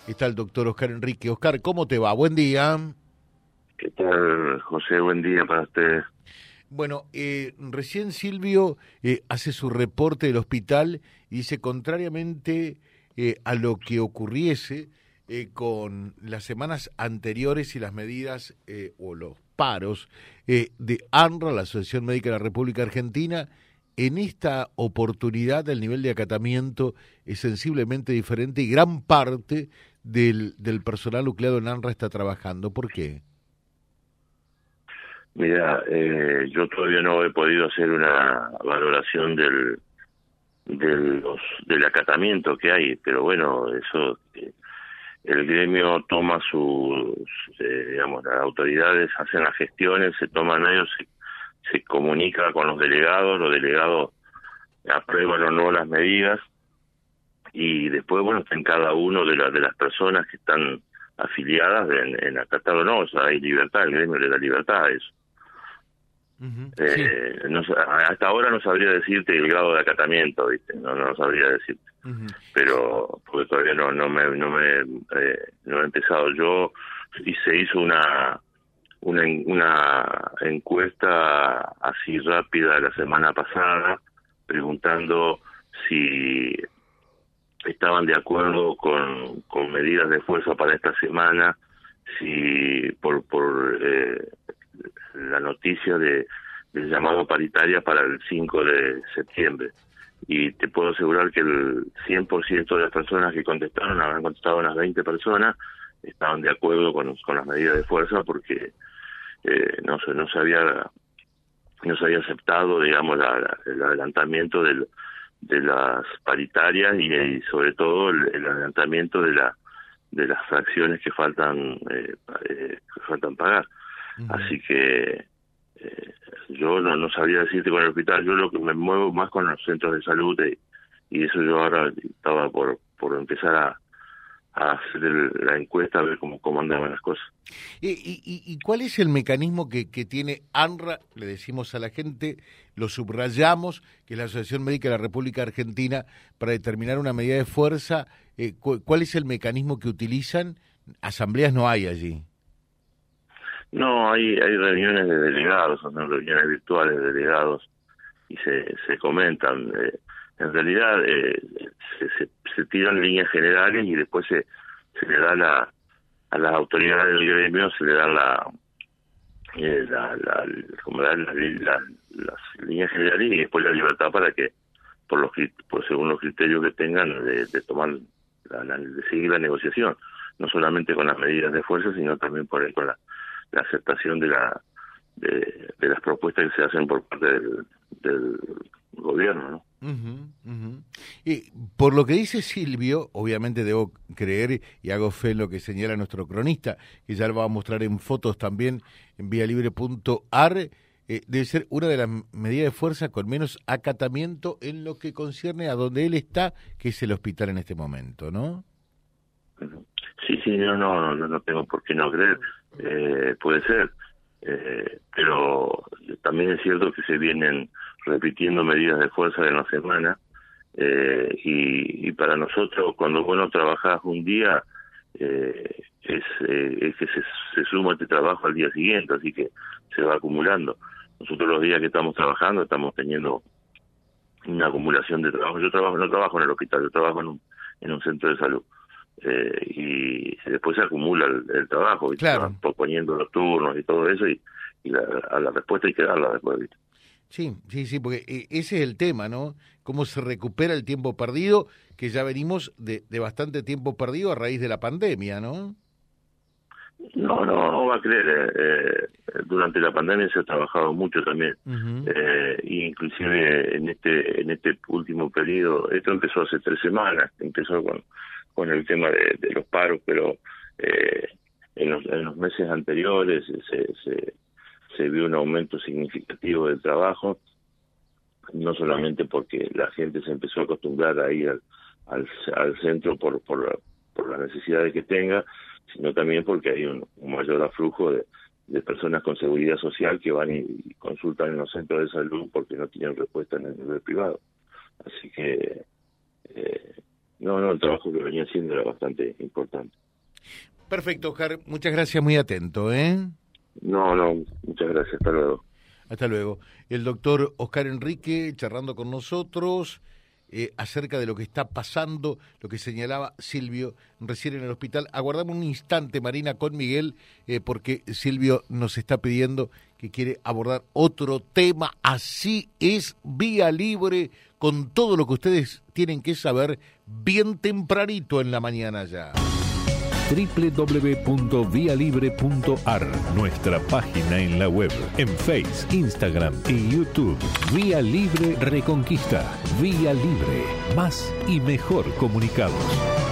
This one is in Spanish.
está el doctor Oscar Enrique. Oscar, ¿cómo te va? Buen día. ¿Qué tal, José? Buen día para ustedes. Bueno, recién Silvio hace su reporte del hospital y dice, contrariamente a lo que ocurriese con las semanas anteriores y las medidas o los paros de ANRA, la Asociación Médica de la República Argentina, en esta oportunidad el nivel de acatamiento es sensiblemente diferente y gran parte del personal nucleado en ANRA está trabajando. ¿Por qué? Mira, yo todavía no he podido hacer una valoración del acatamiento que hay, pero bueno, eso, el gremio toma digamos, las autoridades hacen las gestiones, se toman ellos, se comunica con los delegados aprueban o no las medidas, y después, bueno, está en cada uno de las personas que están afiliadas en acatar o no. O sea, hay libertad, el gremio le da libertad a eso. Sí. Hasta ahora no sabría decirte el grado de acatamiento, ¿viste? No sabría decirte, pero porque todavía no he empezado. Y se hizo una encuesta así rápida la semana pasada preguntando si estaban de acuerdo con medidas de fuerza para esta semana, si por la noticia del llamado paritaria para el 5 de septiembre. Y te puedo asegurar que el 100% de las personas que contestaron, habrán contestado unas 20 personas, estaban de acuerdo con las medidas de fuerza, porque no se había aceptado, digamos, el adelantamiento de las paritarias y sobre todo el adelantamiento de las fracciones que faltan pagar. Así que yo no sabría decirte con el hospital. Yo lo que me muevo más con los centros de salud, y eso yo ahora estaba por empezar a hacer la encuesta, a ver cómo andaban las cosas. ¿Y cuál es el mecanismo que tiene ANRA? Le decimos a la gente, lo subrayamos, que es la Asociación Médica de la República Argentina, para determinar una medida de fuerza. ¿Cuál es el mecanismo que utilizan? Asambleas no hay allí. No, hay reuniones de delegados, son reuniones virtuales de delegados, y se comentan. En realidad se tiran líneas generales y después se le da a las autoridades del gremio, se le da las líneas generales y después la libertad para que según los criterios que tengan de tomar de seguir la negociación, no solamente con las medidas de fuerza, sino también con la aceptación de las propuestas que se hacen por parte del gobierno, ¿no? Y por lo que dice Silvio, obviamente debo creer y hago fe en lo que señala nuestro cronista, que ya lo va a mostrar en fotos también en vialibre.ar, debe ser una de las medidas de fuerza con menos acatamiento en lo que concierne a donde él está, que es el hospital en este momento, ¿no? Sí, no tengo por qué no creer. Puede ser, pero también es cierto que se vienen repitiendo medidas de fuerza en la semana, y para nosotros, cuando vos no trabajás un día, es que se suma este trabajo al día siguiente, así que se va acumulando. Nosotros los días que estamos trabajando estamos teniendo una acumulación de trabajo. No trabajo en el hospital, yo trabajo en un centro de salud. Y después se acumula el trabajo, ¿viste? Claro. Se van posponiendo los turnos y todo eso, y a la respuesta hay que darla después, ¿viste? Sí, porque ese es el tema, ¿no? Cómo se recupera el tiempo perdido, que ya venimos de bastante tiempo perdido a raíz de la pandemia, ¿no? No va a creer. Durante la pandemia se ha trabajado mucho también. Inclusive en este último periodo, esto empezó hace 3 semanas, empezó con el tema de los paros, pero en los meses anteriores se vio un aumento significativo del trabajo, no solamente porque la gente se empezó a acostumbrar a ir al centro por las necesidades que tenga, sino también porque hay un mayor aflujo de personas con seguridad social que van y consultan en los centros de salud porque no tienen respuesta en el nivel privado. Así que No, el trabajo que venía haciendo era bastante importante. Perfecto, Oscar. Muchas gracias, muy atento, No, muchas gracias. Hasta luego. Hasta luego. El doctor Oscar Enrique charlando con nosotros acerca de lo que está pasando, lo que señalaba Silvio recién en el hospital. Aguardamos un instante, Marina, con Miguel, porque Silvio nos está pidiendo que quiere abordar otro tema. Así es, Vía Libre, con todo lo que ustedes tienen que saber bien tempranito en la mañana ya. www.vialibre.ar, nuestra página en la web, en Face, Instagram y YouTube. Vía Libre Reconquista. Vía Libre. Más y mejor comunicados.